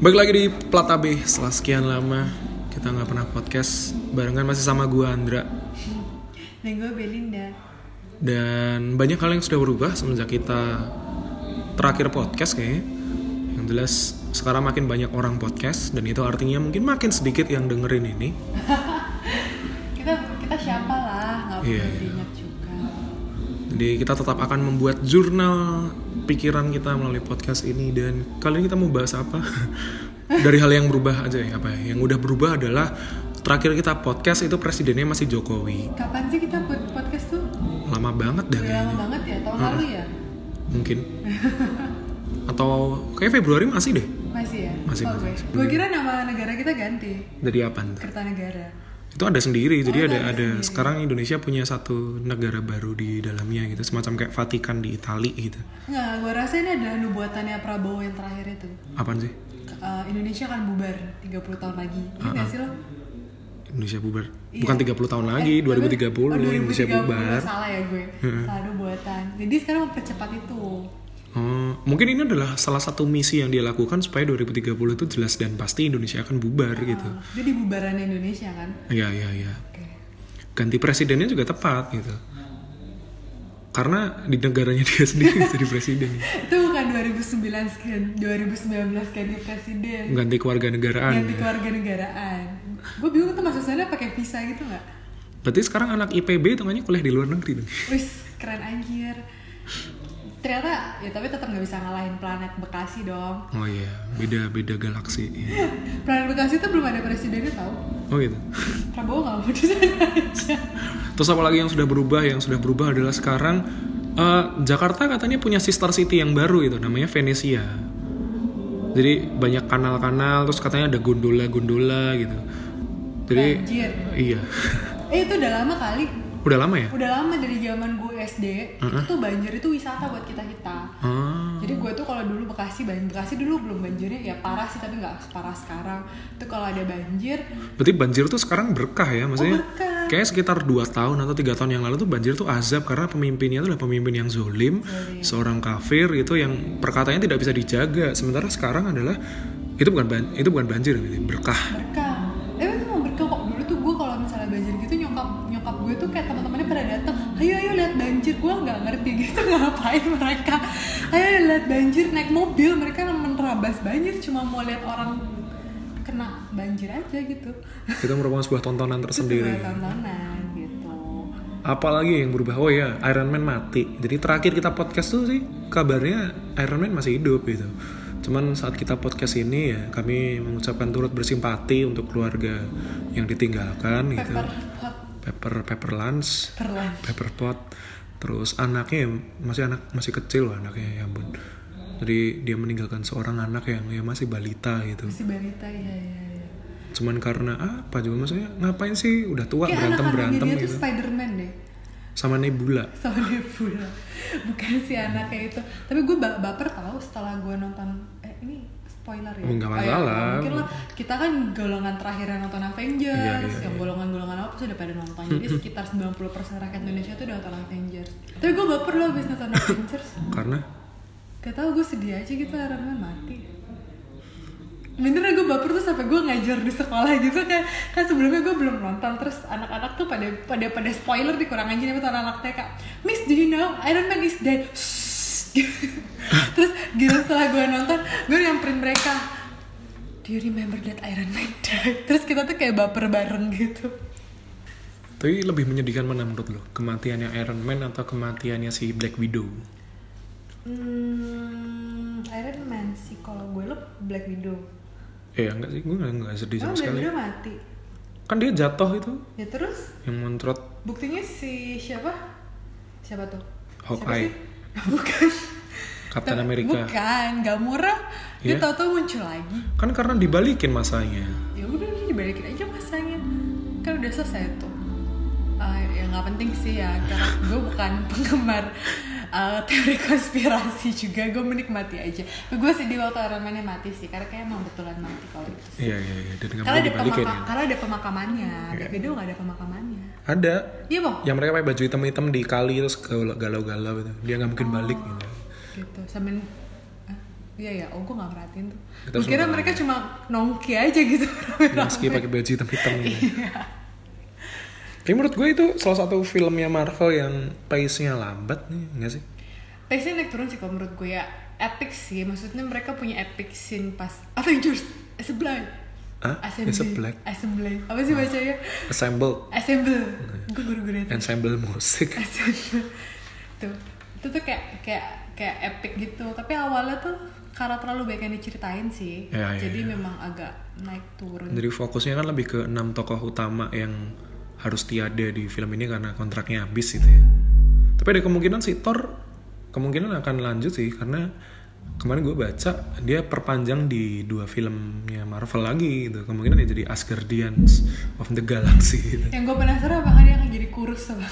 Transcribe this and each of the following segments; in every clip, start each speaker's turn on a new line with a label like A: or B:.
A: Balik lagi di Plat AB. Setelah sekian lama kita gak pernah podcast barengan, masih sama gue Andra
B: dan gue Belinda.
A: Dan banyak hal yang sudah berubah semenjak kita terakhir podcast kayaknya. Yang jelas sekarang makin banyak orang podcast, dan itu artinya mungkin makin sedikit yang dengerin ini.
B: kita siapa lah, gak perlu diingat juga.
A: Jadi kita tetap akan membuat jurnal pikiran kita melalui podcast ini. Dan kali ini kita mau bahas apa? Dari hal yang berubah aja ya. Apa ya? Yang udah berubah adalah terakhir kita podcast itu presidennya masih Jokowi.
B: Kapan sih kita buat podcast tuh?
A: Lama banget dah kayaknya.
B: Lama banget ya, tahun lalu ya?
A: Mungkin. Atau kayak Februari masih deh.
B: Masih ya?
A: Masih.
B: Gue kira nama negara kita ganti.
A: Dari apa?
B: Kertanegara.
A: Itu ada sendiri, jadi ada
B: sendiri.
A: Sekarang Indonesia punya satu negara baru di dalamnya gitu, semacam kayak Vatikan di Itali gitu.
B: Nggak, gue rasa ini ada nubuatannya Prabowo yang terakhir itu.
A: Apaan sih?
B: Indonesia akan bubar 30 tahun lagi. Ini nggak sih lo?
A: Indonesia bubar.
B: Iya.
A: Bukan 30 tahun lagi, 2030 Indonesia bubar.
B: Salah ya gue. Salah nubuatan. Jadi sekarang mempercepat itu.
A: Mungkin ini adalah salah satu misi yang dia lakukan supaya 2030 itu jelas dan pasti Indonesia akan bubar gitu.
B: Jadi bubaran Indonesia kan?
A: Iya.
B: Okay.
A: Ganti presidennya juga tepat gitu. Karena di negaranya dia sendiri jadi presiden.
B: Itu bukan 2019 ganti presiden.
A: Ganti kewarganegaraan.
B: Ganti kewarganegaraan. Gue bingung tuh maksudnya pakai visa gitu nggak?
A: Berarti sekarang anak IPB hitungannya kuliah di luar negeri dong.
B: Wis, keren anjir. Ternyata ya, tapi tetap nggak bisa ngalahin planet Bekasi dong.
A: Oh iya, beda galaksi. Iya.
B: Planet Bekasi tuh belum ada presidennya tau.
A: Oh gitu.
B: Prabowo nggak mau di sana aja.
A: Terus apa lagi yang sudah berubah? Yang sudah berubah adalah sekarang Jakarta katanya punya sister city yang baru itu, namanya Venesia. Jadi banyak kanal-kanal, terus katanya ada gondola gitu. Jadi
B: banjir.
A: Iya.
B: Itu udah lama kali.
A: Udah lama ya?
B: Udah lama, dari zaman gue SD. Itu tuh banjir itu wisata buat kita. Jadi gue tuh kalau dulu Bekasi dulu belum banjirnya ya parah sih, tapi nggak separah sekarang. Tuh kalau ada banjir.
A: Berarti banjir tuh sekarang berkah ya, maksudnya?
B: Berkah.
A: Kayak sekitar 2 tahun atau 3 tahun yang lalu tuh banjir tuh azab karena pemimpinnya tuh adalah pemimpin yang zolim, seorang kafir gitu yang perkataannya tidak bisa dijaga. Sementara sekarang adalah itu bukan banjir, berkah.
B: Berkah. Memang berkah kok. Dulu tuh gue kalau misalnya banjir gitu nyokap gue tuh kayak teman-temannya pada datang, ayo lihat banjir. Gue nggak ngerti gitu ngapain mereka. Ayo lihat banjir, naik mobil, mereka menerabas banjir cuma mau lihat orang kena banjir aja gitu.
A: Itu merupakan sebuah tontonan tersendiri.
B: Sebuah tontonan gitu.
A: Apalagi yang berubah? Oh ya, Iron Man mati. Jadi terakhir kita podcast tuh sih kabarnya Iron Man masih hidup gitu. Cuman saat kita podcast ini ya kami mengucapkan turut bersimpati untuk keluarga yang ditinggalkan gitu. Pepper Lunch. Pepperpot. Terus anaknya masih kecil loh anaknya, ya ampun. Jadi dia meninggalkan seorang anak yang ya masih balita gitu.
B: Masih balita, iya.
A: Cuman karena apa juga, maksudnya ngapain sih udah tua
B: kayak
A: berantem
B: dia
A: gitu.
B: tuh Spider-Man deh.
A: Sama Nebula.
B: Bukan si anaknya itu. Tapi gue baper tahu setelah gue nonton ini spoiler ya.
A: Enggak masalah.
B: Mungkin lah, kita kan golongan terakhir yang nonton Avengers, yang golongan-golongan apa sudah pada nonton. Jadi sekitar 90% rakyat Indonesia tuh udah nonton Avengers. Tapi gue baper loh abis nonton Avengers.
A: Karena?
B: Gak tau, gue sedih aja gitu Iron Man mati. Bener gue baper tuh sampai gue ngajar di sekolah gitu kan sebelumnya gue belum nonton, terus anak-anak tuh pada spoiler dikurang aja nih buat anak TK. Miss, do you know Iron Man is dead? Terus gitu setelah gue nonton, gue nyamperin mereka, do you remember that Iron Man died? Terus kita tuh kayak baper bareng gitu.
A: Tapi lebih menyedihkan mana menurut lo? Kematiannya Iron Man atau kematiannya si Black Widow?
B: Iron Man sih, kalau gue lo Black Widow.
A: Enggak sih, gue enggak sedih sama sekali.
B: Black Widow mati.
A: Kan dia jatuh itu.
B: Ya terus?
A: Yang montrot.
B: Buktinya siapa tuh?
A: Hawkeye.
B: Bukan.
A: Captain America.
B: Bukan, Gamora. Dia tahu-tahu muncul lagi.
A: Kan karena dibalikin masanya.
B: Ya udah, dibalikin aja masanya. Kan udah selesai tuh. Ya nggak penting sih ya, karena gue bukan penggemar teori konspirasi juga. Gue menikmati aja. Gue sedih waktu Iron Man-nya mati sih, karena kayak emang betulan mati kalau itu sih.
A: Iya. Dan nggak boleh dibalikin ya.
B: Karena ada pemakamannya. Black Widow nggak ada pemakamannya.
A: Ada.
B: Iya bang.
A: Yang mereka pakai baju hitam di kali terus galau-galau itu. Dia nggak mungkin balik gitu.
B: Gitu. Sambil Iya ya, gue nggak perhatiin tuh.
A: Kita
B: Gue kira
A: semua
B: mereka cuma nongki aja gitu.
A: meski pakai baju hitam-hitam gitu. Tapi menurut gue itu salah satu filmnya Marvel yang pace-nya lambat nih, nggak sih?
B: Pace-nya naik turun sih kalau menurut gue ya. Epic sih, maksudnya mereka punya epic scene pas Avengers Assemble. Assembly. Apa sih bacanya? Assemble. Gue guru-guru itu.
A: Ensemble musik.
B: Tuh. Itu tuh kayak epic gitu. Tapi awalnya tuh karena terlalu banyak yang diceritain sih. Jadi memang agak naik turun.
A: Jadi fokusnya kan lebih ke 6 tokoh utama yang harus tiada di film ini karena kontraknya habis gitu ya. Tapi ada kemungkinan si Thor kemungkinan akan lanjut sih, karena kemarin gue baca dia perpanjang di 2 filmnya Marvel lagi gitu. Kemungkinan dia jadi Asgardians of the Galaxy gitu.
B: Yang gue penasaran apakah dia akan jadi kurus sama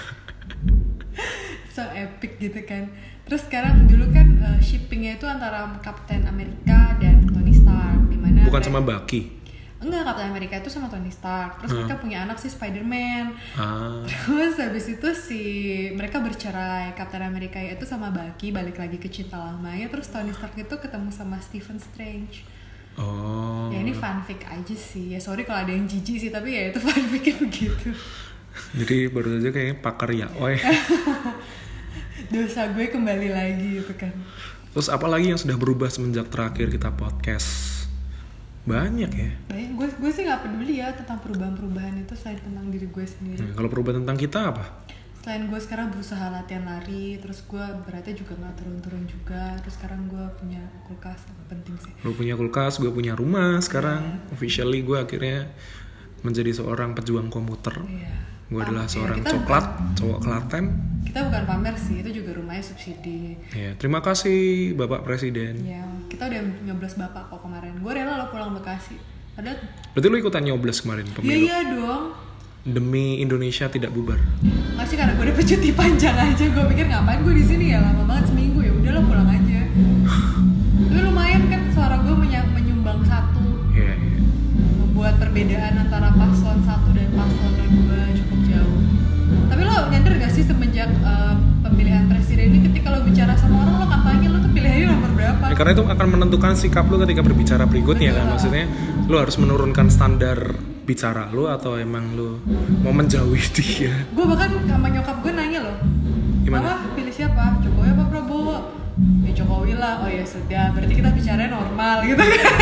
B: so epic gitu kan. Terus sekarang dulu kan shippingnya itu antara Captain America dan Tony Stark, dimana
A: bukan sama Bucky.
B: Enggak, Captain America itu sama Tony Stark. Terus mereka punya anak sih Spider-Man. Terus habis itu mereka bercerai. Captain America itu sama Bucky balik lagi ke cinta lamanya. Terus Tony Stark itu ketemu sama Stephen Strange. Ya ini fanfic aja sih. Ya sorry kalau ada yang jijik sih, tapi ya itu fanficnya begitu.
A: Jadi baru saja kayaknya pakar yaoi.
B: Dosa gue kembali lagi gitu kan.
A: Terus apa lagi yang sudah berubah semenjak terakhir kita podcast? Banyak ya.
B: Gue sih nggak peduli ya tentang perubahan-perubahan itu selain tentang diri gue sendiri.
A: Kalau perubahan tentang kita apa?
B: Selain gue sekarang berusaha latihan lari, terus gue beratnya juga nggak turun-turun juga. Terus sekarang gue punya kulkas, penting sih.
A: Lu punya kulkas, gue punya rumah sekarang. Officially gue akhirnya menjadi seorang pejuang komputer. Gue adalah seorang cowok Klaten.
B: Kita bukan pamer sih, itu juga rumahnya subsidi.
A: Ya, terima kasih Bapak Presiden.
B: Ya, kita udah nyoblos Bapak kok kemarin. Gue rela lo pulang Bekasi.
A: Berarti lu ikutan nyoblos kemarin pemilu?
B: Iya dong.
A: Demi Indonesia tidak bubar.
B: Nggak sih, karena gue dapet cuti panjang aja. Gue pikir ngapain gue di sini ya, lama banget seminggu, ya udah lo pulang aja. Tapi lumayan kan suara gue menyumbang 1.
A: Iya.
B: Membuat perbedaan antara paslon 1 dan paslon 2 cukup jauh. Tapi lo nyadar gak sih semenjak pemilihan presiden ini, ketika lo bicara sama orang lo kan tanya lo tuh pilihannya nomor berapa?
A: Ya, karena itu akan menentukan sikap lo ketika berbicara berikutnya. Betul, kan maksudnya lo harus menurunkan standar bicara lo atau emang lo mau menjauhi dia.
B: Gue bahkan sama nyokap gue nanya lo,
A: gimana?
B: Mama pilih siapa? Jokowi apa Prabowo? Ya Jokowi lah. Oh ya sudah, berarti kita bicaranya normal gitu kan.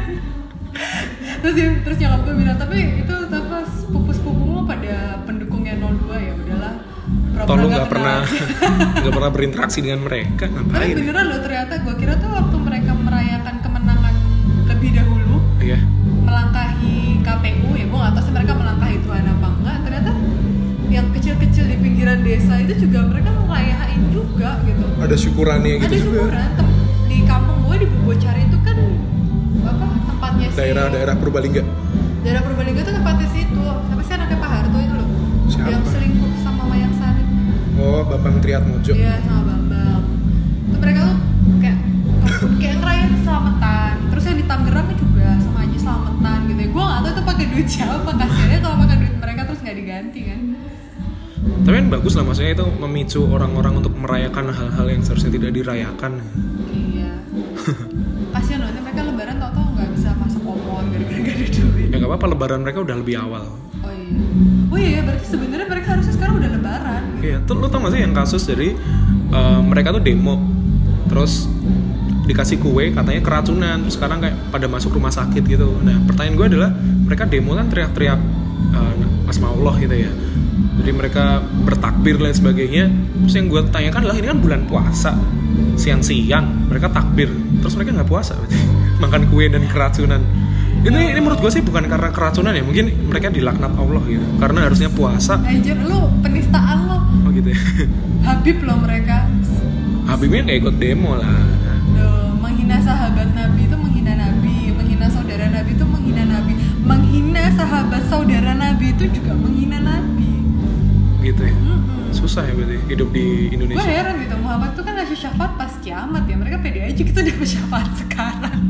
B: terus nyokap gue bilang, tapi itu apa sepupu-sepupumu pada pendukungnya 02, ya udahlah.
A: Toh lu nggak pernah berinteraksi dengan mereka, ngapain?
B: Tapi beneran loh, ternyata gue kira tuh waktu mereka merayakan kemenangan lebih dahulu, melangkahi KPU, ya gue nggak tahu sih mereka melangkahi Tuhan apa enggak. Ternyata yang kecil-kecil di pinggiran desa itu juga mereka merayain juga gitu.
A: Ada syukurannya gitu. Ada syukuran.
B: Di kampung gue di Bogocari itu kan apa tempatnya sih?
A: Daerah Purbalingga.
B: Daerah Purbalingga itu tempatnya situ. Siapa sih anaknya Pak Harto itu loh?
A: Siapa?
B: Yang selingkuh sama Mayang Sari.
A: Oh, Bambang Triatmojo.
B: Iya, sama Bambang. Itu mereka tuh kayak ngerayain selamatan. Terus yang di Tangerang juga sama aja selamatan gitu ya. Gue nggak tahu itu pakai duit siapa, kasihannya kalau pakai duit mereka terus nggak diganti kan.
A: Tapi kan bagus lah, maksudnya itu memicu orang-orang untuk merayakan hal-hal yang seharusnya tidak dirayakan.
B: Iya. Kasihan loh, mereka lebaran tau-tau nggak bisa masak opor gara-gara gak ada duit.
A: Ya nggak apa-apa, lebaran mereka udah lebih awal.
B: Oh iya, berarti sebenarnya mereka harusnya sekarang udah lebaran.
A: Iya, tuh lo tau gak sih yang kasus dari mereka tuh demo, terus dikasih kue katanya keracunan, terus sekarang kayak pada masuk rumah sakit gitu. Nah pertanyaan gue adalah, mereka demo kan teriak-teriak asma Allah gitu ya, jadi mereka bertakbir dan sebagainya. Terus yang gue tanyakan adalah, ini kan bulan puasa, siang-siang mereka takbir, terus mereka nggak puasa berarti makan kue dan keracunan. Ini menurut gue sih bukan karena keracunan ya, mungkin mereka dilaknat Allah gitu, karena harusnya puasa.
B: Anjir, lu penistaan lo.
A: Oh gitu ya.
B: Habib lo mereka.
A: Habibnya nggak ikut demo lah.
B: Menghina sahabat Nabi itu menghina Nabi, menghina saudara Nabi itu menghina Nabi, menghina sahabat saudara Nabi itu juga menghina Nabi.
A: Gitu ya. Susah ya berarti hidup di Indonesia.
B: Gue heran gitu, Muhammad tuh kan ngasih syafaat pas kiamat ya, mereka pede aja gitu dapat syafaat sekarang.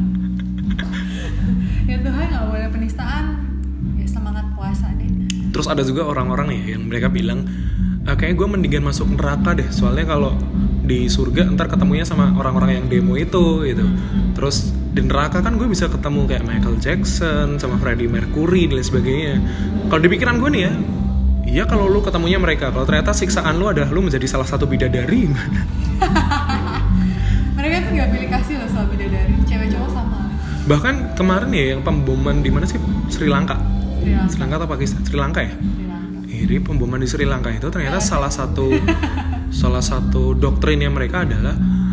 B: Ya Tuhan, nggak boleh penistaan. Ya semangat puasa deh.
A: Terus ada juga orang-orang nih yang mereka bilang, kayaknya gue mendingan masuk neraka deh, soalnya kalau di surga ntar ketemunya sama orang-orang yang demo itu gitu. Terus di neraka kan gue bisa ketemu kayak Michael Jackson sama Freddie Mercury dan lain sebagainya. Kalau di pikiran gue nih ya, iya kalau lu ketemunya mereka, kalau ternyata siksaan lu adalah lu menjadi salah satu bidadari gimana?
B: Mereka tuh nggak pilih kasih loh soal bidadari, cewek cowok sama.
A: Bahkan kemarin ya yang pemboman di mana sih? Sri Lanka atau Pakistan? Sri Lanka ya? Jadi pemboman di Sri Lanka itu ternyata salah satu doktrinnya mereka adalah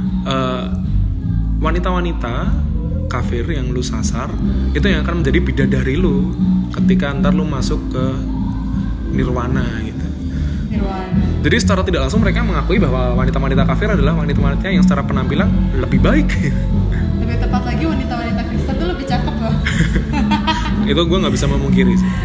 A: wanita-wanita kafir yang lu sasar itu yang akan menjadi bidadari lu ketika ntar lu masuk ke nirwana gitu. Jadi secara tidak langsung mereka mengakui bahwa wanita-wanita kafir adalah wanita-wanita yang secara penampilan lebih baik.
B: Lebih tepat lagi wanita-wanita Kristen tuh lebih cakep loh.
A: Itu gue nggak bisa memungkiri sih.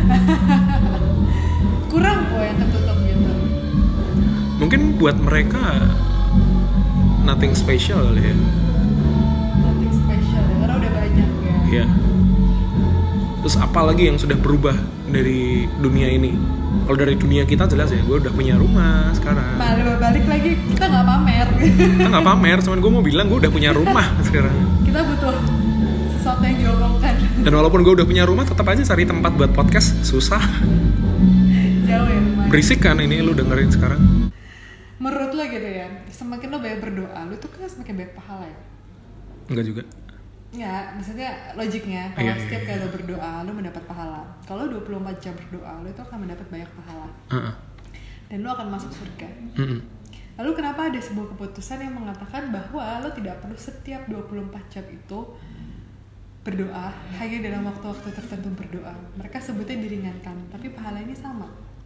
B: Kurang kok yang tertutup gitu.
A: Mungkin buat mereka nothing special kali ya.
B: Nothing special ya, karena udah banyak ya.
A: Iya. Terus apa lagi yang sudah berubah dari dunia ini? Kalau dari dunia kita jelas ya, gue udah punya rumah sekarang.
B: Balik lagi, kita nggak pamer.
A: Kita nggak pamer, cuman gue mau bilang gue udah punya rumah sekarang.
B: Kita butuh sesuatu yang diomongkan.
A: Dan walaupun gue udah punya rumah, tetap aja cari tempat buat podcast susah.
B: Jauh ya lumayan.
A: Berisik kan ini lu dengerin sekarang.
B: Menurut lo gitu ya, semakin lo banyak berdoa, lo tuh kan semakin banyak pahala ya?
A: Enggak juga.
B: Ya, maksudnya logiknya kalau setiap kali lo berdoa, lo mendapat pahala. Kalau 24 jam berdoa, lo itu akan mendapat banyak pahala. Dan lo akan masuk surga. Lalu kenapa ada sebuah keputusan yang mengatakan bahwa lo tidak perlu setiap 24 jam itu berdoa, hanya dalam waktu-waktu tertentu berdoa. Mereka sebutnya diringankan, tapi pahala ini sama.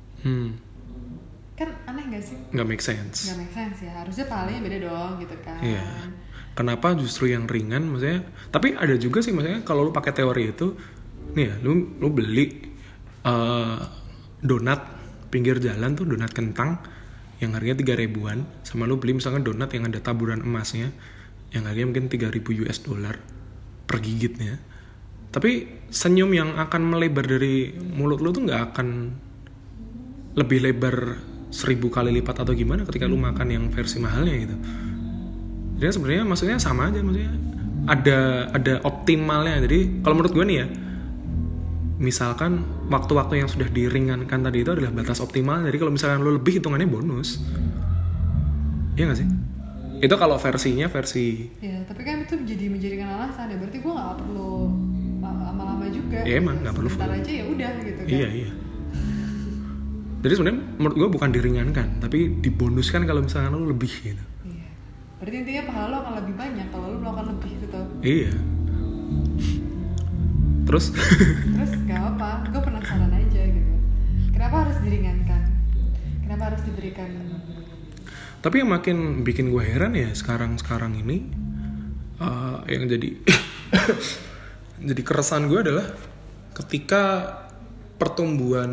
B: Kan aneh gak sih?
A: Nggak make sense.
B: Nggak make sense ya, harusnya pahalanya beda dong gitu kan.
A: Iya. Kenapa justru yang ringan maksudnya? Tapi ada juga sih maksudnya kalau lu pakai teori itu, nih ya, lu beli donat pinggir jalan tuh, donat kentang yang harganya 3.000-an, sama lu beli misalkan donat yang ada taburan emasnya yang harganya mungkin 3.000 US dollar per gigitnya. Tapi senyum yang akan melebar dari mulut lu tuh nggak akan lebih lebar 1000 kali lipat atau gimana ketika lu makan yang versi mahalnya gitu. Jadi sebenarnya maksudnya sama aja, maksudnya ada optimalnya. Jadi kalau menurut gue nih ya, misalkan waktu-waktu yang sudah diringankan tadi itu adalah batas optimal. Jadi kalau misalkan lu lebih, hitungannya bonus. Iya nggak sih? Itu kalau versinya versi.
B: Ya, tapi kan itu menjadikan alasan ya. Berarti gue nggak perlu lama-lama juga.
A: Ya emang nggak perlu.
B: Sebentar aja ya udah gitu kan.
A: Iya. Jadi sebenarnya menurut gue bukan diringankan, tapi dibonuskan kalau misalkan lu lebih gitu.
B: Iya. Berarti intinya pahala lo akan lebih banyak kalau lo melakukan lebih gitu.
A: Iya. Terus
B: gak apa, gue penasaran aja gitu. Kenapa harus diringankan? Kenapa harus diberikan?
A: Tapi yang makin bikin gue heran ya sekarang ini yang jadi jadi keresahan gue adalah ketika pertumbuhan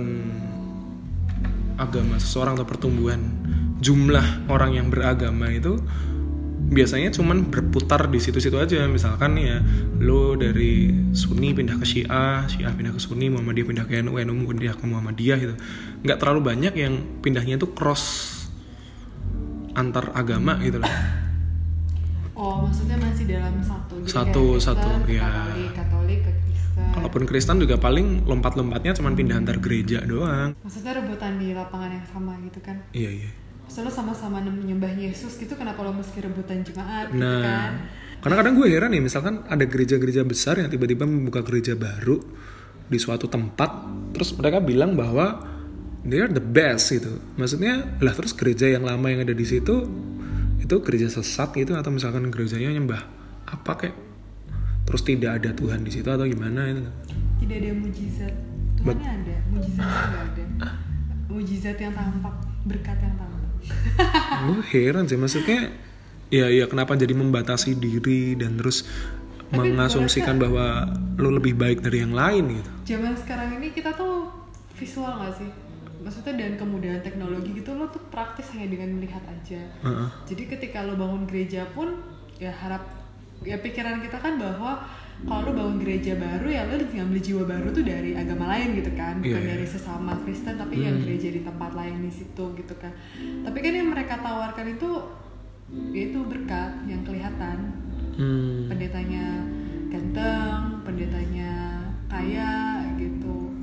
A: agama seseorang atau pertumbuhan jumlah orang yang beragama itu biasanya cuman berputar di situ-situ aja. Misalkan ya lo dari Sunni pindah ke Syiah pindah ke Sunni, Muhammadiyah pindah ke NU pindah ke Muhammadiyah gitu. Nggak terlalu banyak yang pindahnya itu cross antar agama gitu lah.
B: Oh, maksudnya masih dalam satu. Jadi
A: satu ya.
B: Katolik ke Kristen.
A: Kalaupun Kristen juga paling lompat-lompatnya cuman pindah antar gereja doang.
B: Maksudnya rebutan di lapangan yang sama gitu kan?
A: Iya.
B: Maksudnya lo sama-sama menyembah Yesus gitu, kenapa lo mesti rebutan jemaat gitu
A: Nah,
B: kan?
A: karena kadang gue heran nih, misalkan ada gereja-gereja besar yang tiba-tiba membuka gereja baru di suatu tempat, terus mereka bilang bahwa they are the best gitu. Maksudnya lah, terus gereja yang lama yang ada di situ itu gereja sesat gitu, atau misalkan gerejanya nyembah apa kayak, terus tidak ada Tuhan di situ atau gimana itu?
B: Tidak ada mujizat. Tuhannya ada, mujizatnya nggak ada. Mujizat yang tampak, berkat yang tampak.
A: Gue heran sih, maksudnya ya kenapa jadi membatasi diri dan terus mengasumsikan bahwa lo lebih baik dari yang lain gitu.
B: Zaman sekarang ini kita tuh visual nggak sih? Maksudnya dengan kemudahan teknologi gitu, lo tuh praktis hanya dengan melihat aja. Jadi ketika lo bangun gereja pun ya pikiran kita kan bahwa kalau lo bangun gereja baru ya lo ngambil jiwa baru tuh dari agama lain gitu kan, bukan dari sesama Kristen tapi yang gereja di tempat lain di situ gitu kan. Tapi kan yang mereka tawarkan itu yaitu berkat yang kelihatan. Pendetanya ganteng, pendetanya kaya gitu.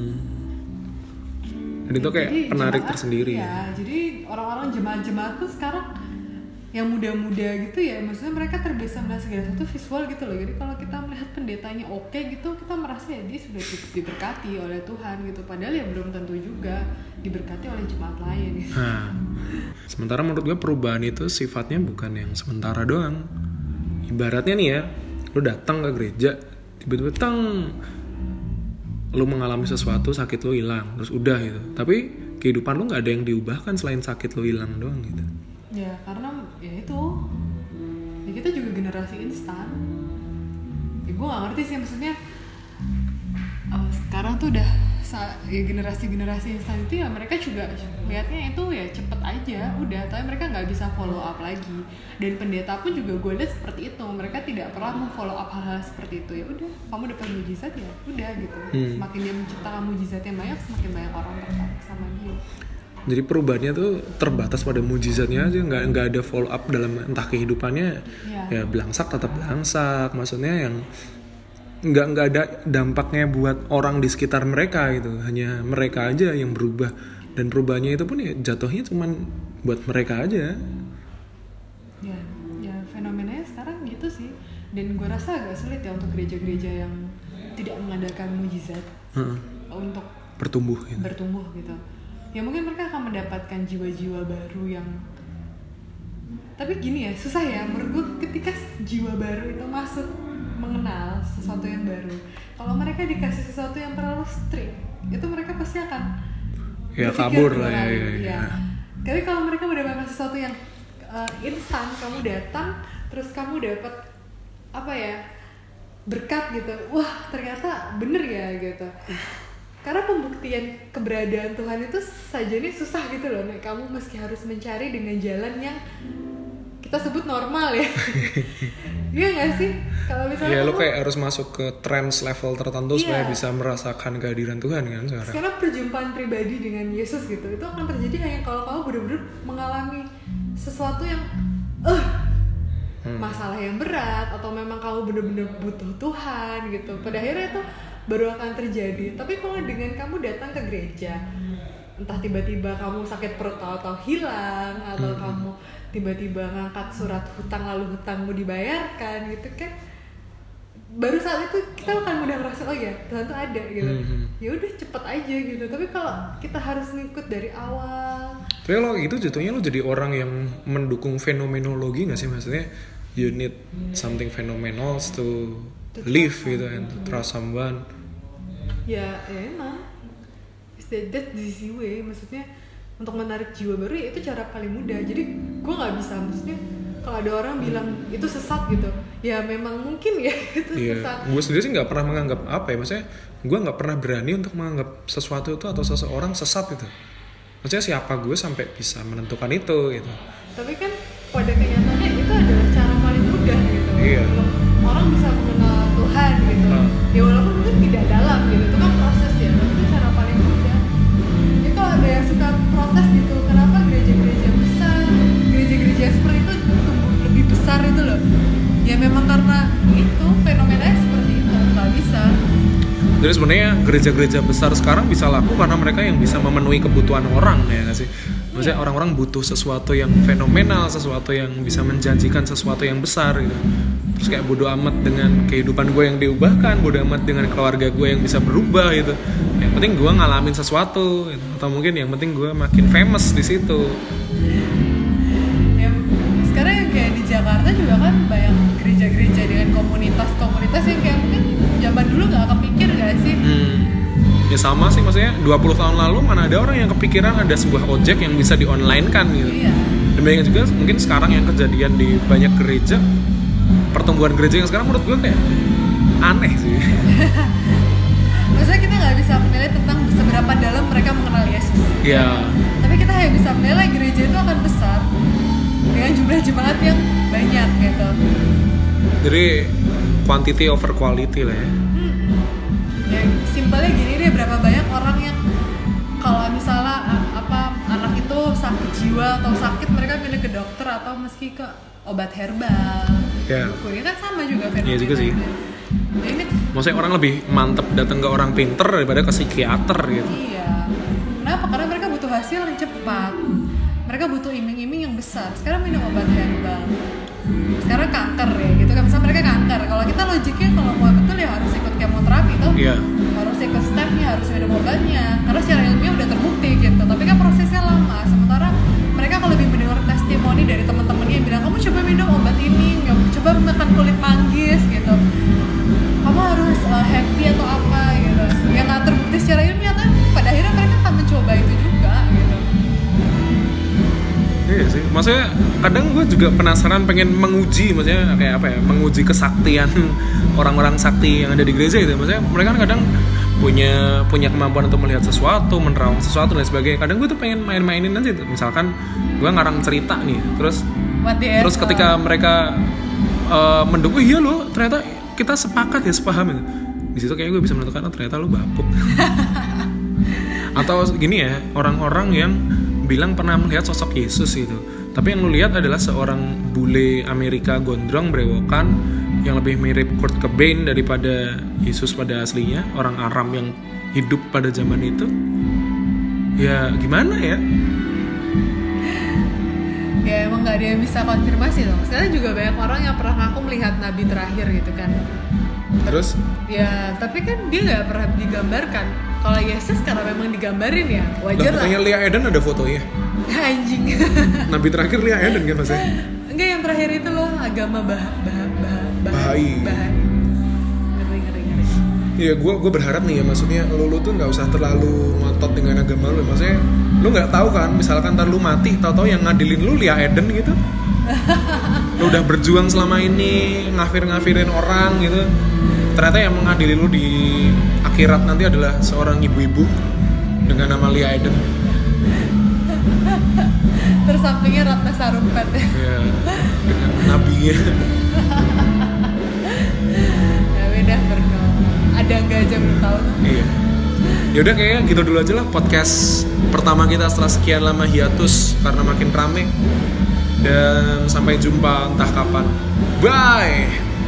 A: Dan itu kayak
B: Jadi
A: penarik
B: jemaat,
A: tersendiri.
B: Ya, jadi orang-orang jemaat-jemaat tuh sekarang yang muda-muda gitu ya, maksudnya mereka terbiasa melihat segala sesuatu visual gitu loh. Jadi kalau kita melihat pendetanya oke gitu, kita merasa ya dia sudah diberkati oleh Tuhan gitu. Padahal ya belum tentu juga diberkati oleh jemaat lain gitu.
A: Nah, sementara menurut gue perubahan itu sifatnya bukan yang sementara doang. Ibaratnya nih ya, lu datang ke gereja, tiba-tiba lu mengalami sesuatu, sakit lu hilang, terus udah gitu. Tapi kehidupan lu nggak ada yang diubahkan selain sakit lu hilang doang gitu.
B: Ya karena ya itu, ya kita juga generasi instan. Ya gue nggak ngerti sih, maksudnya sekarang tuh udah ya generasi instan itu ya mereka juga lihatnya itu ya cepet aja udah, tapi mereka nggak bisa follow up lagi. Dan pendeta pun juga gue lihat seperti itu, mereka tidak pernah memfollow up hal-hal seperti itu. Ya udah, kamu dapat mujizat ya udah gitu. Semakin dia menciptakan mujizat yang banyak, semakin banyak orang tertarik sama dia.
A: Jadi perubahannya tuh terbatas pada mujizatnya aja, nggak ada follow up dalam entah kehidupannya. Ya belangsak tetap belangsak, maksudnya yang nggak ada dampaknya buat orang di sekitar mereka gitu, hanya mereka aja yang berubah, dan perubahannya itu pun ya jatuhnya cuman buat mereka aja.
B: Ya fenomenanya sekarang gitu sih, dan gue rasa agak sulit ya untuk gereja-gereja yang tidak mengadakan mujizat untuk
A: bertumbuh
B: gitu. Ya mungkin mereka akan mendapatkan jiwa-jiwa baru yang, tapi gini ya, susah ya menurut gue ketika jiwa baru itu masuk mengenal sesuatu yang baru. Kalau mereka dikasih sesuatu yang terlalu strict, itu mereka pasti akan
A: ya kabur lah ya.
B: Tapi kalau mereka mendapatkan sesuatu yang instan, kamu datang terus kamu dapat apa ya, berkat gitu, wah ternyata bener ya gitu. Karena pembuktian keberadaan Tuhan itu saja ini susah gitu loh. Nek, kamu meski harus mencari dengan jalan yang kita sebut normal ya. Iya nggak sih? Kalau misalnya
A: lo kayak harus masuk ke trance level tertentu supaya bisa merasakan kehadiran Tuhan kan sekarang.
B: Karena perjumpaan pribadi dengan Yesus gitu, itu akan terjadi hanya kalau kamu benar-benar mengalami sesuatu yang masalah yang berat, atau memang kamu benar-benar butuh Tuhan gitu. Pada akhirnya itu baru akan terjadi. Tapi kalau dengan kamu datang ke gereja, entah tiba-tiba kamu sakit perut atau hilang, atau kamu tiba-tiba ngangkat surat hutang lalu hutangmu dibayarkan gitu kan, baru saat itu kita akan mudah merasa oh ya Tuhan tuh ada gitu. Ya udah cepet aja gitu. Tapi kalau kita harus ngikut dari awal,
A: tapi lo itu jatuhnya lo jadi orang yang mendukung fenomenologi nggak sih? Maksudnya you need something phenomenal to live gitu and to trust someone.
B: Ya emang that's the easy way. Maksudnya untuk menarik jiwa baru ya itu cara paling mudah. Jadi gue nggak bisa, maksudnya kalau ada orang bilang itu sesat gitu, ya memang mungkin ya itu sesat.
A: Gue sendiri sih nggak pernah menganggap apa ya, maksudnya gue nggak pernah berani untuk menganggap sesuatu itu atau seseorang sesat gitu. Maksudnya siapa gue sampai bisa menentukan itu gitu.
B: Tapi kan pada kenyataannya itu adalah cara paling mudah gitu. Orang bisa mengenal Tuhan gitu. Ya walaupun mungkin tidak dalam gitu, itu kan proses ya, tapi itu cara paling mudah. Itu ada yang suka protes gitu, kenapa gereja-gereja besar, gereja-gereja seperti itu tumbuh lebih besar itu loh. Ya memang karena itu fenomenanya seperti itu, nggak bisa.
A: Jadi sebenarnya gereja-gereja besar sekarang bisa laku karena mereka yang bisa memenuhi kebutuhan orang ya nggak sih? Maksudnya orang-orang butuh sesuatu yang fenomenal, sesuatu yang bisa menjanjikan sesuatu yang besar gitu. Terus kayak bodo amat dengan kehidupan gue yang diubahkan, bodo amat dengan keluarga gue yang bisa berubah gitu. Yang penting gue ngalamin sesuatu gitu. Atau mungkin yang penting gue makin famous di situ.
B: Ya, sekarang yang kayak di Jakarta juga kan banyak gereja-gereja dengan komunitas-komunitas yang kayak mungkin zaman dulu gak kepikir gak sih?
A: Ya sama sih, maksudnya 20 tahun lalu mana ada orang yang kepikiran ada sebuah ojek yang bisa di-online-kan gitu. Dan banyak juga mungkin sekarang yang kejadian di banyak gereja, pertumbuhan gereja yang sekarang menurut gue kayak aneh sih.
B: Maksudnya kita gak bisa menilai tentang seberapa dalam mereka mengenal Yesus.
A: Iya.
B: Tapi kita hanya bisa menilai gereja itu akan besar dengan jumlah jemaat yang banyak gitu.
A: Jadi quantity over quality lah ya.
B: Ya simpelnya gini deh, berapa banyak orang yang kalau misalnya anak itu sakit jiwa atau sakit, mereka pilih meski ke dokter atau meski ke obat herbal.
A: Ya.
B: Buku ini kan sama juga fenomena.
A: Iya juga sih.
B: Jadi
A: Maksudnya orang lebih mantep datang ke orang pinter daripada ke psikiater gitu.
B: iya. Kenapa? Karena mereka butuh hasil yang cepat. Mereka butuh iming-iming yang besar. Sekarang minum obat herbal. Sekarang kanker ya gitu kan. Misalnya mereka kanker. Kalau kita logiknya kalau mau betul ya harus ikut kemoterapi tuh.
A: Iya.
B: Harus ikut stepnya, harus minum obatnya. Karena secara ilmiah udah terbukti gitu. Tapi kan prosesnya lama. Sementara mereka kalau lebih mendengar testimoni dari teman-temannya yang bilang kamu coba minum obat ini, coba makan kulit manggis gitu. Kamu harus happy atau apa gitu. Yang nggak terbukti secara ilmiah kan pada akhirnya mereka akan mencoba itu juga gitu.
A: Iya sih, maksudnya kadang gue juga penasaran pengen menguji, maksudnya kayak apa ya, menguji kesaktian orang-orang sakti yang ada di gereja gitu. Maksudnya mereka kan kadang punya kemampuan untuk melihat sesuatu, menerawang sesuatu dan sebagainya. Kadang gue tuh pengen main-mainin aja gitu. Misalkan gue ngarang cerita nih, terus ketika mereka mendukung, iya loh ternyata kita sepakat ya, sepaham gitu. Di situ kayak gue bisa menentukan, oh ternyata lo bapuk. Atau gini ya, orang-orang yang bilang pernah melihat sosok Yesus gitu, tapi yang lu lihat adalah seorang bule Amerika gondrong brewokan yang lebih mirip Kurt Cobain daripada Yesus pada aslinya, orang Aram yang hidup pada zaman itu. Ya gimana ya?
B: Ya emang nggak ada yang bisa konfirmasi loh. Sekarang juga banyak orang yang pernah ngaku melihat nabi terakhir gitu kan.
A: Terus?
B: Ya tapi kan dia nggak pernah digambarkan. Kalau Yesus karena memang digambarin ya wajar lah.
A: Katanya Lia Eden ada fotonya.
B: Anjing.
A: Nabi terakhir Lia Eden kan maksudnya?
B: Enggak, yang terakhir itu loh agama
A: Bahai.
B: Ngeri.
A: Iya, gue berharap nih ya, maksudnya lu tuh nggak usah terlalu ngotot dengan agama lu. Maksudnya lu nggak tahu kan, misalkan ntar lu mati, tahu-tahu yang ngadilin lu Lia Eden gitu. Lu udah berjuang selama ini ngafirin orang gitu. Ternyata yang mengadili lu di akhirat nanti adalah seorang ibu-ibu dengan nama Lia Eden.
B: Terus sampingnya Ratna Sarumpait.
A: Ya, dengan nabinya.
B: Ya beda Berno. Ada nggak aja belum tahu.
A: Iya. Yaudah kayaknya gitu dulu aja lah podcast pertama kita setelah sekian lama hiatus karena makin rame. Dan sampai jumpa entah kapan. Bye.